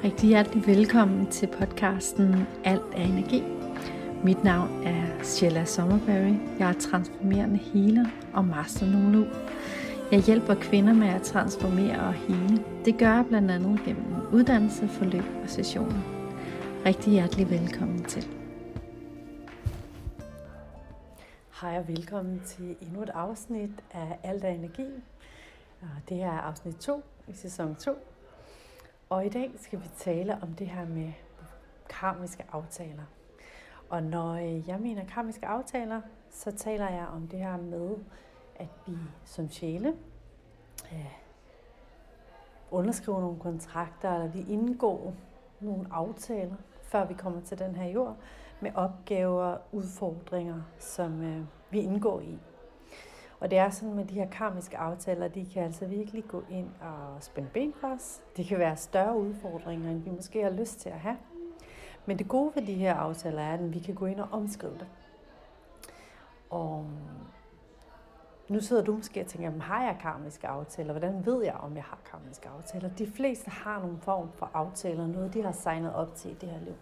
Rigtig hjertelig velkommen til podcasten Alt er energi. Mit navn er Sheila Sommerberry. Jeg er transformerende healer og master nu. Jeg hjælper kvinder med at transformere og hele. Det gør jeg blandt andet gennem uddannelse, forløb og sessioner. Rigtig hjertelig velkommen til. Hej og velkommen til endnu et afsnit af Alt er energi. Det her er afsnit 2 i sæson 2. Og i dag skal vi tale om det her med karmiske aftaler. Og når jeg mener karmiske aftaler, så taler jeg om det her med, at vi som sjæle underskriver nogle kontrakter, eller vi indgår nogle aftaler, før vi kommer til den her jord, med opgaver, udfordringer, som vi indgår i. Og det er sådan med de her karmiske aftaler, de kan altså virkelig gå ind og spænde ben for os. Det kan være større udfordringer, end vi måske har lyst til at have. Men det gode ved de her aftaler er, at vi kan gå ind og omskrive det. Og nu sidder du måske og tænker, har jeg karmiske aftaler? Hvordan ved jeg, om jeg har karmiske aftaler? De fleste har nogle form for aftaler, noget de har signet op til i det her liv.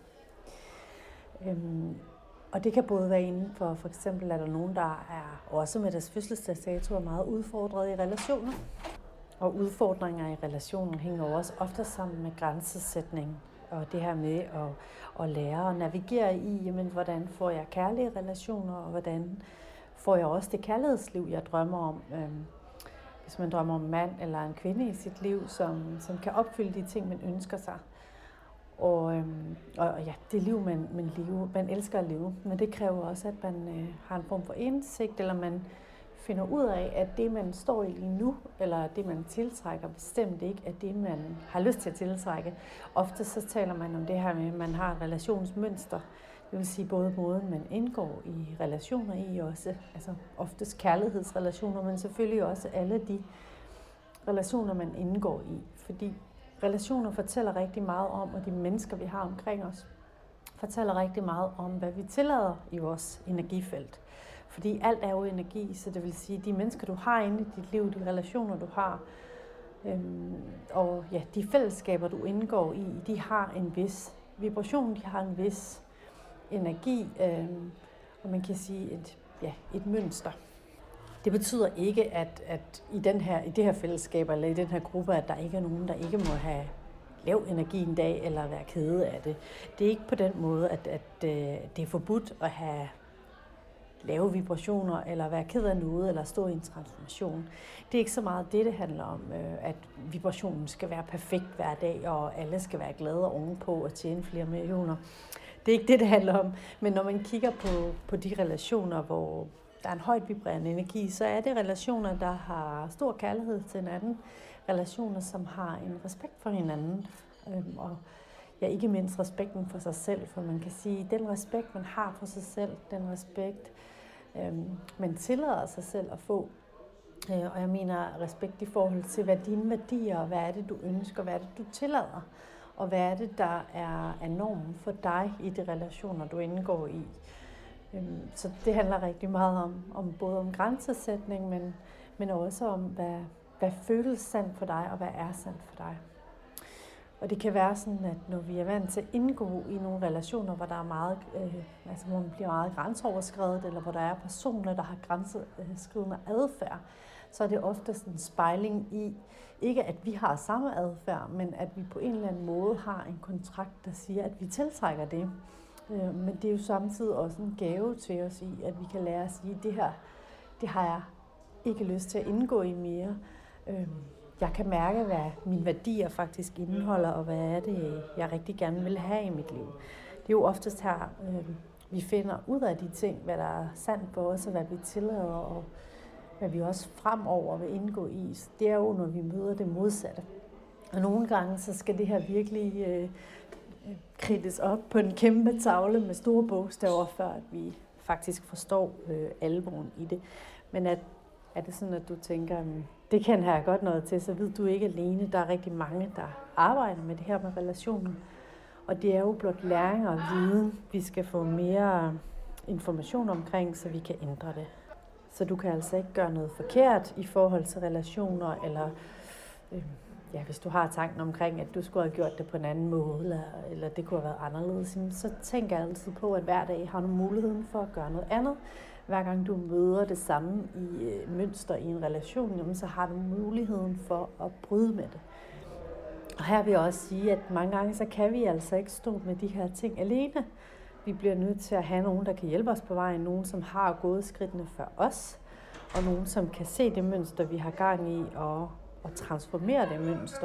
Og det kan både være inden for eksempel er der nogen, der er også med deres fødselsdagsdato er meget udfordret i relationer. Og udfordringer i relationen hænger også ofte sammen med grænsesætning. Og det her med at lære at navigere i, jamen, hvordan får jeg kærlige relationer, og hvordan får jeg også det kærlighedsliv, jeg drømmer om. Hvis man drømmer om en mand eller en kvinde i sit liv, som kan opfylde de ting, man ønsker sig. Og ja, det liv, man elsker at leve, men det kræver også, at man har en form for indsigt, eller man finder ud af, at det, man står i lige nu, eller det, man tiltrækker, bestemt ikke er det, man har lyst til at tiltrække. Ofte så taler man om det her med, at man har et relationsmønster, det vil sige både måden, man indgår i relationer i også, altså oftest kærlighedsrelationer, men selvfølgelig også alle de relationer, man indgår i, fordi relationer fortæller rigtig meget om, og de mennesker, vi har omkring os, fortæller rigtig meget om, hvad vi tillader i vores energifelt. Fordi alt er jo energi, så det vil sige, de mennesker, du har inde i dit liv, de relationer, du har, og ja, de fællesskaber, du indgår i, de har en vis vibration, de har en vis energi, og man kan sige et mønster. Det betyder ikke, at i det her fællesskab eller i den her gruppe, at der ikke er nogen, der ikke må have lav energi en dag eller være kede af det. Det er ikke på den måde, at det er forbudt at have lave vibrationer eller være ked af noget eller stå i en transformation. Det er ikke så meget det handler om, at vibrationen skal være perfekt hver dag, og alle skal være glade ovenpå og tjene flere millioner. Det er ikke det handler om. Men når man kigger på de relationer, hvor der er en højt vibrerende energi, så er det relationer, der har stor kærlighed til hinanden. Relationer, som har en respekt for hinanden. Og ja, ikke mindst respekten for sig selv. For man kan sige, at den respekt, man har for sig selv, den respekt, man tillader sig selv at få. Og jeg mener respekt i forhold til, hvad dine værdier, hvad er det, du ønsker, hvad er det, du tillader. Og hvad er det, der er normen for dig i de relationer, du indgår i. Så det handler rigtig meget om både om grænsesætning, men også om, hvad føles sandt for dig, og hvad er sandt for dig. Og det kan være sådan, at når vi er vant til at indgå i nogle relationer, hvor der er meget, hvor man bliver meget grænseoverskredet, eller hvor der er personer, der har grænseskrivende adfærd, så er det ofte sådan en spejling i, ikke at vi har samme adfærd, men at vi på en eller anden måde har en kontrakt, der siger, at vi tiltrækker det. Men det er jo samtidig også en gave til os i, at vi kan lære at sige, det her, det har jeg ikke lyst til at indgå i mere. Jeg kan mærke, hvad mine værdier faktisk indeholder, og hvad er det, jeg rigtig gerne vil have i mit liv. Det er jo oftest her, vi finder ud af de ting, hvad der er sandt for os, og hvad vi tillader, og hvad vi også fremover vil indgå i. Det er jo, når vi møder det modsatte. Og nogle gange, så skal det her virkelig kridtes op på en kæmpe tavle med store bogstaver, før at vi faktisk forstår alvoren i det. Men er det sådan, at du tænker, det kan jeg godt noget til, så ved du ikke alene. Der er rigtig mange, der arbejder med det her med relationen. Og det er jo blot læring og viden, vi skal få mere information omkring, så vi kan ændre det. Så du kan altså ikke gøre noget forkert i forhold til relationer, eller hvis du har tanken omkring, at du skulle have gjort det på en anden måde, eller det kunne have været anderledes, så tænk altid på, at hver dag har du muligheden for at gøre noget andet. Hver gang du møder det samme mønster i en relation, så har du muligheden for at bryde med det. Og her vil jeg også sige, at mange gange så kan vi altså ikke stå med de her ting alene. Vi bliver nødt til at have nogen, der kan hjælpe os på vejen, nogen som har gået skridtene før os, og nogen som kan se det mønster, vi har gang i, og transformere det mønster.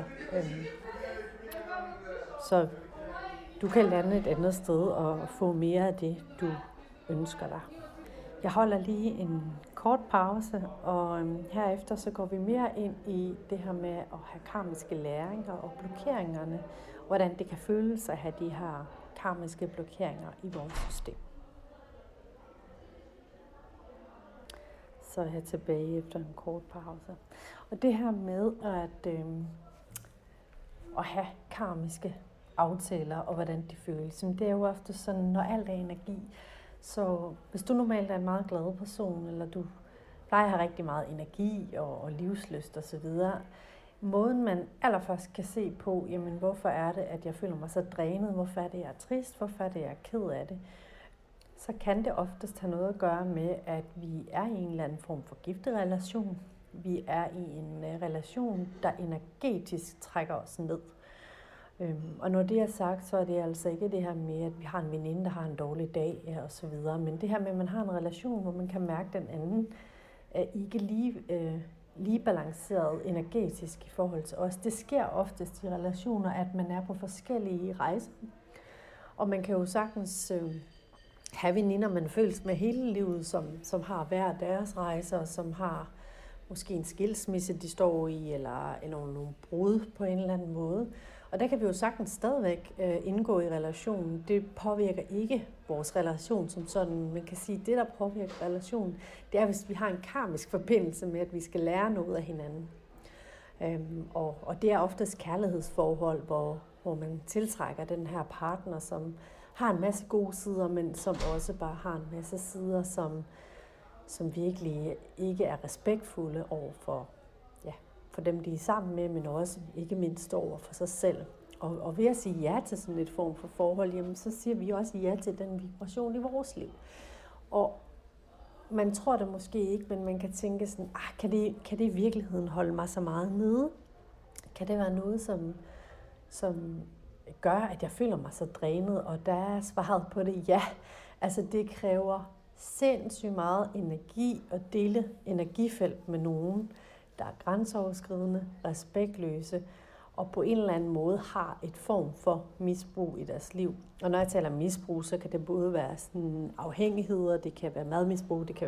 Så du kan lande et andet sted og få mere af det, du ønsker dig. Jeg holder lige en kort pause, og herefter så går vi mere ind i det her med at have karmiske læringer og blokeringerne, hvordan det kan føles at have de her karmiske blokeringer i vores system. Så er jeg tilbage efter en kort pause. Og det her med at have karmiske aftaler og hvordan de føles, det er jo ofte sådan, når alt er energi. Så hvis du normalt er en meget glad person, eller du plejer at have rigtig meget energi og livslyst osv., måden man allerførst kan se på, jamen hvorfor er det, at jeg føler mig så drænet, hvorfor er det, jeg er trist, hvorfor er det, jeg er ked af det, så kan det oftest have noget at gøre med, at vi er i en eller anden form for gifterelation. Vi er i en relation, der energetisk trækker os ned. Og når det er sagt, så er det altså ikke det her med, at vi har en veninde, der har en dårlig dag og så videre, men det her med, at man har en relation, hvor man kan mærke, at den anden er ikke lige balanceret energetisk i forhold til os. Det sker oftest i relationer, at man er på forskellige rejser. Og man kan jo sagtens have veninder, man føles med hele livet, som har hver deres rejser, som har måske en skilsmisse, de står i, eller nogle brud på en eller anden måde. Og der kan vi jo sagtens stadigvæk indgå i relationen. Det påvirker ikke vores relation som sådan. Man kan sige, at det, der påvirker relationen, det er, hvis vi har en karmisk forbindelse med, at vi skal lære noget af hinanden. Og det er oftest kærlighedsforhold, hvor man tiltrækker den her partner, som har en masse gode sider, men som også bare har en masse sider, som virkelig ikke er respektfulde over for dem, de er sammen med, men også ikke mindst over for sig selv. Og ved at sige ja til sådan et form for forhold, jamen, så siger vi også ja til den vibration i vores liv. Og man tror det måske ikke, men man kan tænke sådan, kan det i virkeligheden holde mig så meget nede? Kan det være noget, som gør, at jeg føler mig så drænet? Og der er svaret på det ja. Altså det kræver sindssygt meget energi at dele energifelt med nogen, der er grænseoverskridende, respektløse, og på en eller anden måde har et form for misbrug i deres liv. Og når jeg taler misbrug, så kan det både være sådan afhængigheder, det kan være madmisbrug, det kan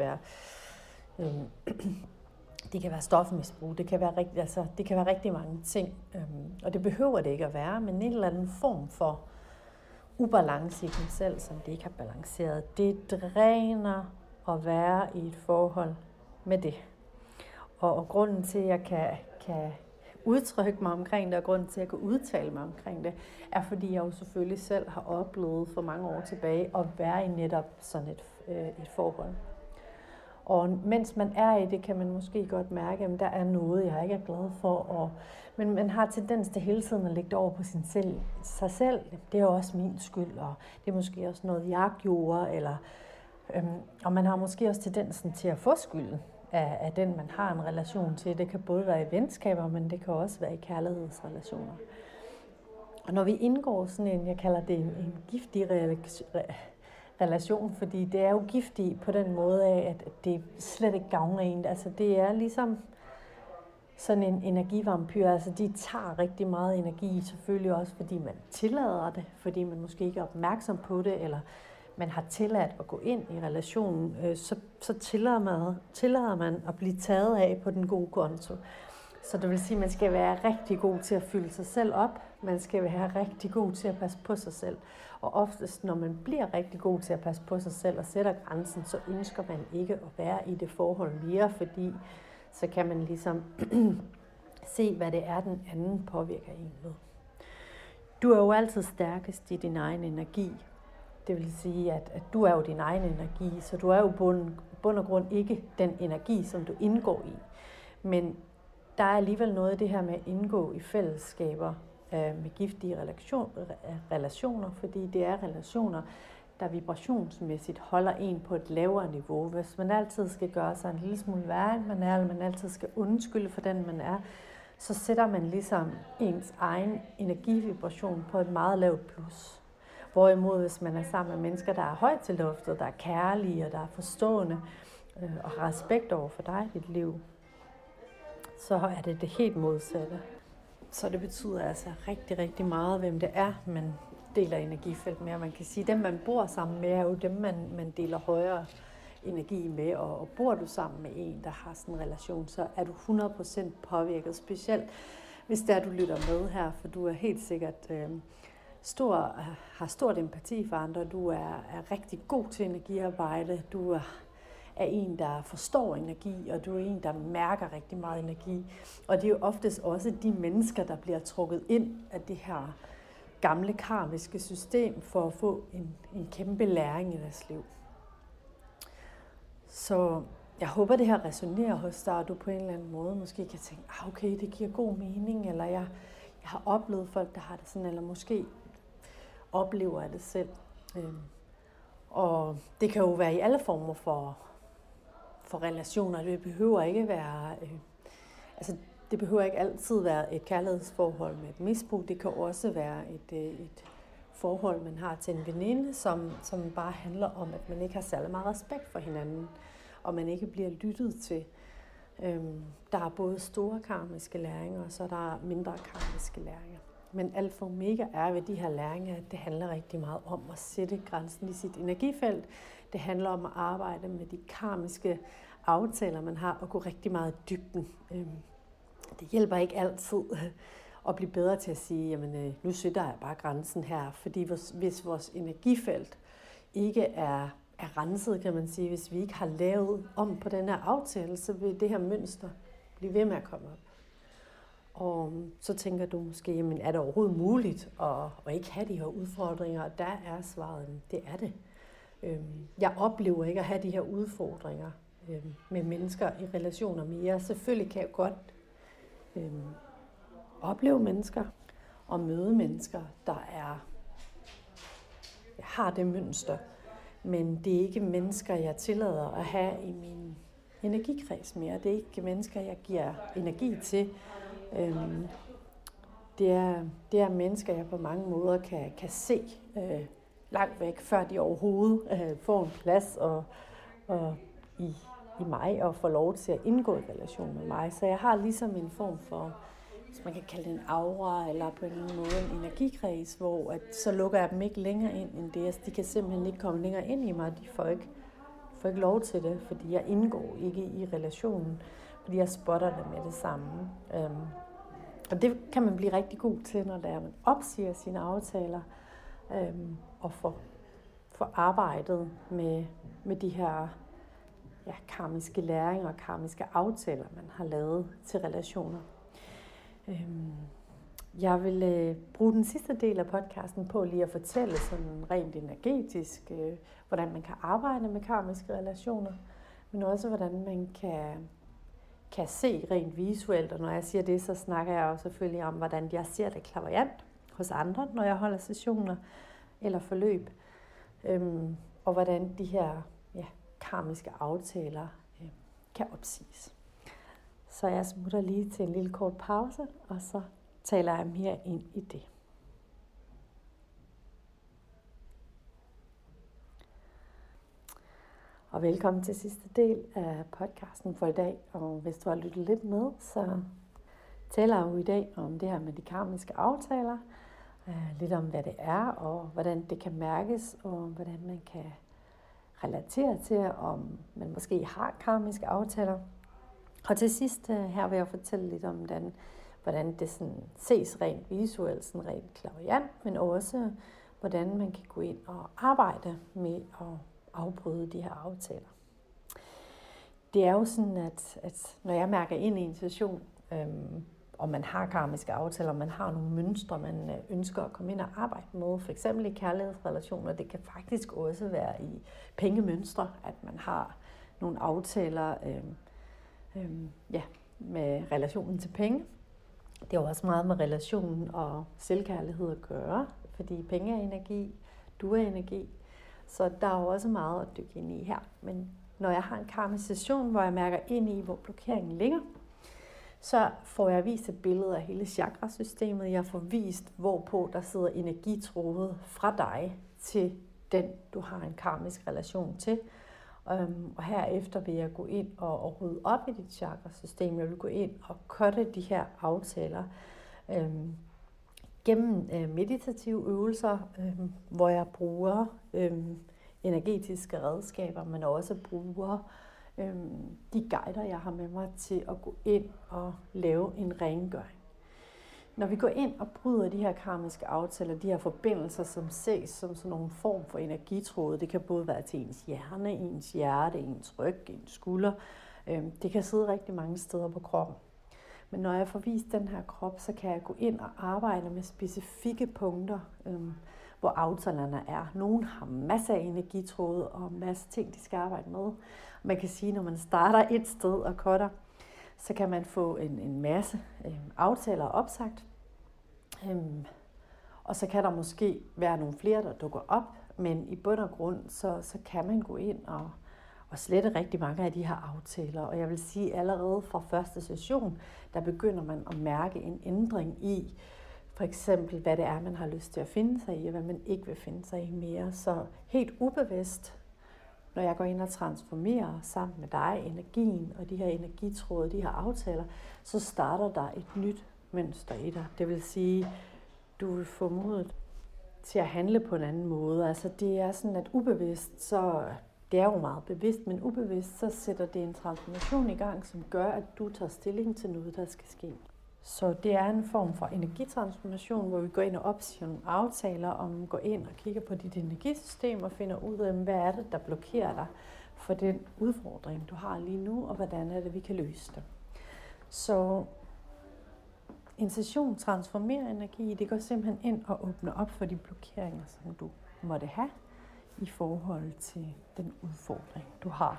være stofmisbrug, det kan være rigtig mange ting. Og det behøver det ikke at være, men en eller anden form for ubalance i dem selv, som det ikke har balanceret. Det dræner at være i et forhold med det. Og grunden til, at jeg kan udtrykke mig omkring det, og grunden til, at jeg kan udtale mig omkring det, er fordi jeg jo selvfølgelig selv har oplevet for mange år tilbage at være i netop sådan et forhold. Og mens man er i det, kan man måske godt mærke, at der er noget, jeg ikke er glad for. Men man har tendens til hele tiden at lægge det over på sig selv. Det er jo også min skyld, og det er måske også noget, jeg gjorde. Og man har måske også tendensen til at få skylden af den, man har en relation til. Det kan både være i venskaber, men det kan også være i kærlighedsrelationer. Og når vi indgår sådan jeg kalder det en giftig relation, fordi det er jo giftigt på den måde af, at det slet ikke gavner en. Altså det er ligesom sådan en energivampyr. Altså de tager rigtig meget energi, selvfølgelig også fordi man tillader det, fordi man måske ikke er opmærksom på det, eller man har tilladt at gå ind i relationen, så tillader man at blive taget af på den gode konto. Så det vil sige, at man skal være rigtig god til at fylde sig selv op. Man skal være rigtig god til at passe på sig selv. Og oftest, når man bliver rigtig god til at passe på sig selv og sætter grænsen, så ønsker man ikke at være i det forhold mere, fordi så kan man ligesom se, hvad det er, den anden påvirker en med. Du er jo altid stærkest i din egen energi. Det vil sige, at du er jo din egen energi, så du er jo bund og grund ikke den energi, som du indgår i. Men der er alligevel noget af det her med at indgå i fællesskaber med giftige relationer, fordi det er relationer, der vibrationsmæssigt holder en på et lavere niveau. Hvis man altid skal gøre sig en lille smule værre, end man er, eller man altid skal undskylde for den, man er, så sætter man ligesom ens egen energivibration på et meget lavt plus. Hvorimod, hvis man er sammen med mennesker, der er højt til loftet, der er kærlige og der er forstående og har respekt over for dig i dit liv, så er det det helt modsatte. Så det betyder altså rigtig, rigtig meget, hvem det er, man deler energifelt med. Man kan sige, at dem, man bor sammen med, er jo dem, man deler højere energi med. Og bor du sammen med en, der har sådan en relation, så er du 100% påvirket. Specielt hvis det er, du lytter med her, for du er helt sikkert har stort empati for andre. Du er rigtig god til energiarbejde. Du er en, der forstår energi, og du er en, der mærker rigtig meget energi. Og det er jo oftest også de mennesker, der bliver trukket ind af det her gamle karmiske system for at få en kæmpe læring i deres liv. Så jeg håber, det her resonerer hos dig, og du på en eller anden måde måske kan tænke, okay, det giver god mening, eller jeg har oplevet folk, der har det sådan, eller måske oplever jeg det selv. Og det kan jo være i alle former for relationer. Det behøver ikke være, det behøver ikke altid være et kærlighedsforhold med et misbrug. Det kan også være et forhold, man har til en veninde, som bare handler om, at man ikke har særlig meget respekt for hinanden, og man ikke bliver lyttet til. Der er både store karmiske læringer, og så er der mindre karmiske læringer. Men alfa og omega er ved de her læringer, at det handler rigtig meget om at sætte grænsen i sit energifelt. Det handler om at arbejde med de karmiske aftaler, man har, og gå rigtig meget i dybden. Det hjælper ikke altid at blive bedre til at sige, jamen nu sætter jeg bare grænsen her. Fordi hvis vores energifelt ikke er renset, kan man sige, hvis vi ikke har lavet om på den her aftale, så vil det her mønster blive ved med at komme op. Og så tænker du måske, jamen er det overhovedet muligt at ikke have de her udfordringer? Og der er svaret, det er det. Jeg oplever ikke at have de her udfordringer med mennesker i relationer mere. Selvfølgelig kan jeg godt opleve mennesker og møde mennesker, der har det mønster. Men det er ikke mennesker, jeg tillader at have i min energikreds mere. Det er ikke mennesker, jeg giver energi til. Det er mennesker, jeg på mange måder kan se langt væk, før de overhovedet får en plads i mig og får lov til at indgå i relation med mig. Så jeg har ligesom en form for, hvis man kan kalde det en aura, eller på en eller anden måde en energikreds, hvor så lukker jeg dem ikke længere ind end det. De kan simpelthen ikke komme længere ind i mig. De får ikke lov til det, fordi jeg indgår ikke i relationen, fordi jeg spotter det med det samme. Og det kan man blive rigtig god til, når man opsiger sine aftaler og får arbejdet med de her karmiske læringer og karmiske aftaler, man har lavet til relationer. Jeg vil bruge den sidste del af podcasten på lige at fortælle sådan rent energetisk, hvordan man kan arbejde med karmiske relationer, men også hvordan man kan se rent visuelt. Og når jeg siger det, så snakker jeg jo selvfølgelig om, hvordan jeg ser det clairvoyant hos andre, når jeg holder sessioner eller forløb, og hvordan de her karmiske aftaler kan opsiges. Så jeg smutter lige til en lille kort pause, og så taler jeg mere ind i det. Og velkommen til sidste del af podcasten for i dag. Og hvis du har lyttet lidt med, så taler jeg jo i dag om det her med de karmiske aftaler. Lidt om, hvad det er, og hvordan det kan mærkes, og hvordan man kan relatere til, om man måske har karmiske aftaler. Og til sidst her vil jeg fortælle lidt om, hvordan det sådan ses rent visuelt, sådan rent clairvoyant, men også hvordan man kan gå ind og arbejde med at afbryde de her aftaler. Det er jo sådan, at når jeg mærker ind i en situation, og man har karmiske aftaler, og man har nogle mønstre, man ønsker at komme ind og arbejde med, for eksempel i kærlighedsrelationer, det kan faktisk også være i pengemønstre, at man har nogle aftaler, med relationen til penge. Det har også meget med relationen og selvkærlighed at gøre, fordi penge er energi, du er energi. Så der er jo også meget at dykke ind i her. Men når jeg har en karmisk session, hvor jeg mærker ind i, hvor blokeringen ligger, så får jeg vist et billede af hele chakrasystemet. Jeg får vist, hvorpå der sidder energitråde fra dig til den, du har en karmisk relation til. Og herefter vil jeg gå ind og rydde op i dit chakrasystem. Jeg vil gå ind og cutte de her aftaler gennem meditative øvelser, hvor jeg bruger energetiske redskaber, men også bruger de guider, jeg har med mig til at gå ind og lave en rengøring. Når vi går ind og bryder de her karmiske aftaler, de her forbindelser, som ses som sådan nogle form for energitråde, det kan både være til ens hjerne, ens hjerte, ens ryg, ens skulder. Det kan sidde rigtig mange steder på kroppen. Men når jeg får vist den her krop, så kan jeg gå ind og arbejde med specifikke punkter, hvor aftalerne er. Nogle har masser af energitråde og masser af ting, de skal arbejde med. Man kan sige, når man starter et sted og cutter, så kan man få en masse aftaler opsagt. Og så kan der måske være nogle flere, der dukker op, men i bund og grund, så kan man gå ind og slette rigtig mange af de her aftaler. Og jeg vil sige, allerede fra første session, der begynder man at mærke en ændring i, for eksempel, hvad det er, man har lyst til at finde sig i, og hvad man ikke vil finde sig i mere. Så helt ubevidst, når jeg går ind og transformerer sammen med dig energien og de her energitråde, de her aftaler, så starter der et nyt mønster i dig. Det vil sige, du vil få modet til at handle på en anden måde. Altså det er sådan, at ubevidst, så det er jo meget bevidst, men ubevidst, så sætter det en transformation i gang, som gør, at du tager stilling til noget, der skal ske. Så det er en form for energitransformation, hvor vi går ind og opsiger nogle aftaler, om går ind og kigger på dit energisystem og finder ud af, hvad er det, der blokerer dig for den udfordring, du har lige nu, og hvordan er det, vi kan løse det. Så en session transformerer energi. Det går simpelthen ind og åbner op for de blokeringer, som du måtte have i forhold til den udfordring, du har.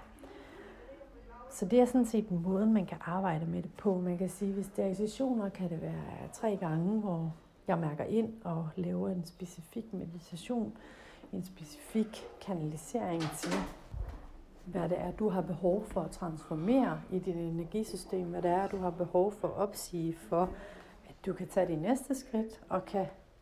Så det er sådan set måden, man kan arbejde med det på. Man kan sige, hvis det er i sessioner, kan det være 3 gange, hvor jeg mærker ind og laver en specifik meditation, en specifik kanalisering til, hvad det er, du har behov for at transformere i dit energisystem, hvad det er, du har behov for at opsige for, at du kan tage det næste skridt og kan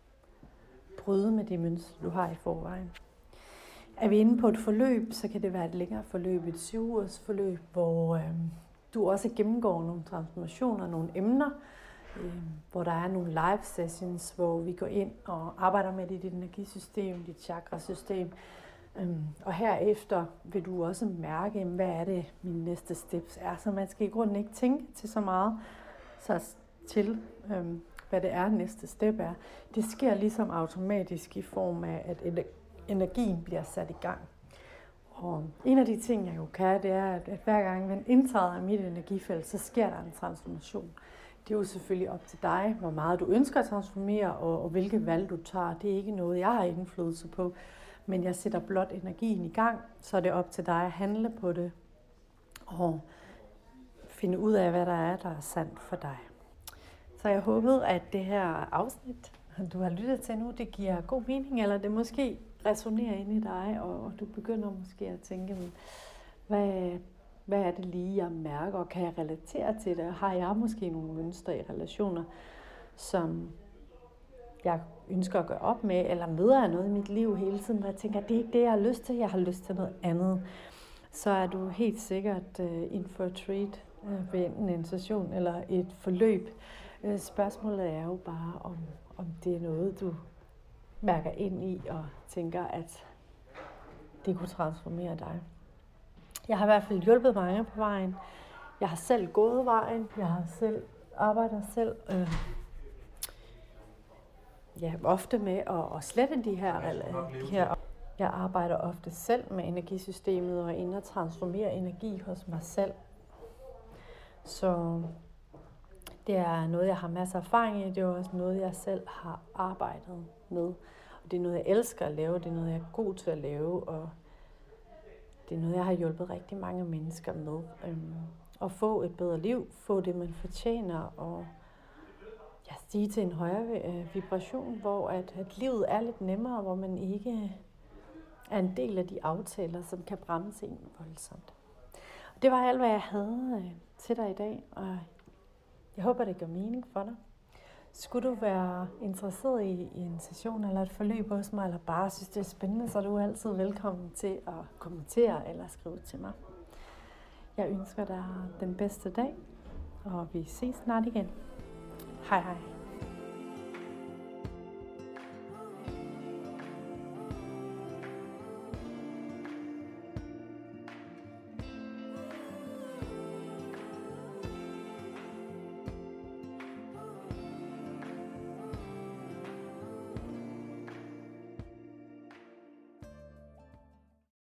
bryde med de mønstre, du har i forvejen. Er vi inde på et forløb, så kan det være et længere forløb, et 7-ugers forløb, hvor du også gennemgår nogle transformationer, nogle emner, hvor der er nogle live sessions, hvor vi går ind og arbejder med dit energisystem, dit chakrasystem. Og herefter vil du også mærke, hvad er det, mine næste steps er. Så man skal i grunden ikke tænke til så meget til, hvad det er, næste step er. Det sker ligesom automatisk i form af, at energien bliver sat i gang. Og en af de ting, jeg jo kan, det er, at hver gang man indtræder i mit energifelt, så sker der en transformation. Det er jo selvfølgelig op til dig, hvor meget du ønsker at transformere, og hvilke valg du tager. Det er ikke noget, jeg har indflydelse på, men jeg sætter blot energien i gang, så er det op til dig at handle på det, og finde ud af, hvad der er sandt for dig. Så jeg håbede, at det her afsnit, du har lyttet til nu, det giver god mening, eller det måske resonerer ind i dig, og du begynder måske at tænke, hvad er det lige, jeg mærker, og kan jeg relatere til det? Har jeg måske nogle mønstre i relationer, som jeg ønsker at gøre op med, eller møder jeg noget i mit liv hele tiden, hvor jeg tænker, det er ikke det, jeg har lyst til, jeg har lyst til noget andet. Så er du helt sikkert in for a treat ved enten en session eller et forløb. Spørgsmålet er jo bare, om det er noget, du mærker ind i og tænker, at det kunne transformere dig. Jeg har i hvert fald hjulpet mange på vejen. Jeg har selv gået vejen. Jeg har selv arbejdet ofte med at slette de her. Jeg arbejder ofte selv med energisystemet og er inde og transformere energi hos mig selv. Så det er noget, jeg har masser af erfaring i. Det er også noget, jeg selv har arbejdet med. Og det er noget, jeg elsker at lave. Det er noget, jeg er god til at lave. Og det er noget, jeg har hjulpet rigtig mange mennesker med. at få et bedre liv, få det, man fortjener, og stige til en højere vibration, hvor at livet er lidt nemmere, hvor man ikke er en del af de aftaler, som kan bremse en voldsomt. Og det var alt, hvad jeg havde til dig i dag, og jeg håber, det gør mening for dig. Skulle du være interesseret i en session eller et forløb hos mig, eller bare synes, det er spændende, så er du altid velkommen til at kommentere eller skrive til mig. Jeg ønsker dig den bedste dag, og vi ses snart igen. Hej hej.